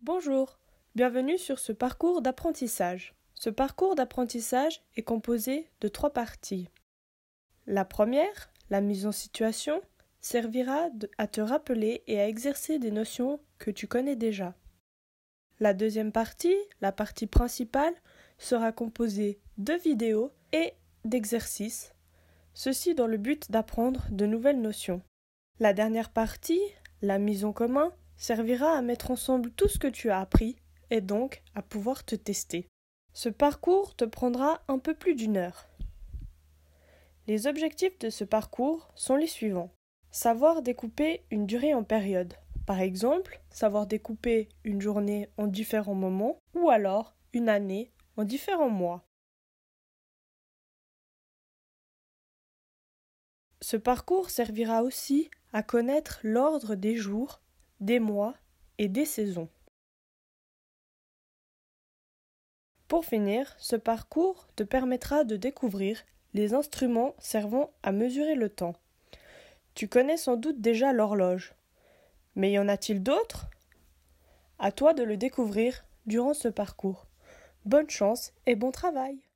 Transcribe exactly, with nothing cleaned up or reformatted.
Bonjour, bienvenue sur ce parcours d'apprentissage. Ce parcours d'apprentissage est composé de trois parties. La première, la mise en situation, servira à te rappeler et à exercer des notions que tu connais déjà. La deuxième partie, la partie principale, sera composée de vidéos et d'exercices, ceci dans le but d'apprendre de nouvelles notions. La dernière partie, la mise en commun, servira à mettre ensemble tout ce que tu as appris et donc à pouvoir te tester. Ce parcours te prendra un peu plus d'une heure. Les objectifs de ce parcours sont les suivants. Savoir découper une durée en périodes. Par exemple, savoir découper une journée en différents moments ou alors une année en différents mois. Ce parcours servira aussi à connaître l'ordre des jours, des mois et des saisons. Pour finir, ce parcours te permettra de découvrir les instruments servant à mesurer le temps. Tu connais sans doute déjà l'horloge, mais y en a-t-il d'autres ? À toi de le découvrir durant ce parcours. Bonne chance et bon travail!